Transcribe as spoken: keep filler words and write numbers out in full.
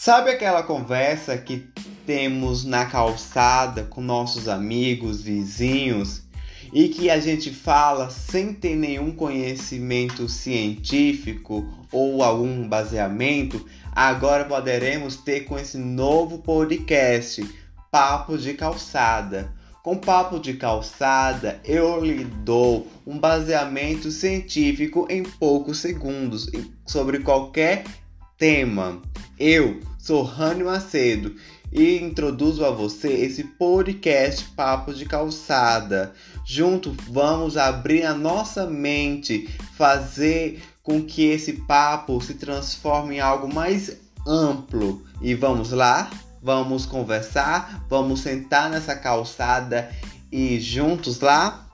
Sabe aquela conversa que temos na calçada com nossos amigos, vizinhos, e que a gente fala sem ter nenhum conhecimento científico ou algum baseamento? Agora poderemos ter com esse novo podcast, Papo de Calçada. Com Papo de Calçada, eu lhe dou um baseamento científico em poucos segundos sobre qualquer tema. Eu sou Rani Macedo e introduzo a você esse podcast Papo de Calçada. Junto vamos abrir a nossa mente, fazer com que esse papo se transforme em algo mais amplo. E vamos lá? Vamos conversar? Vamos sentar nessa calçada e juntos lá?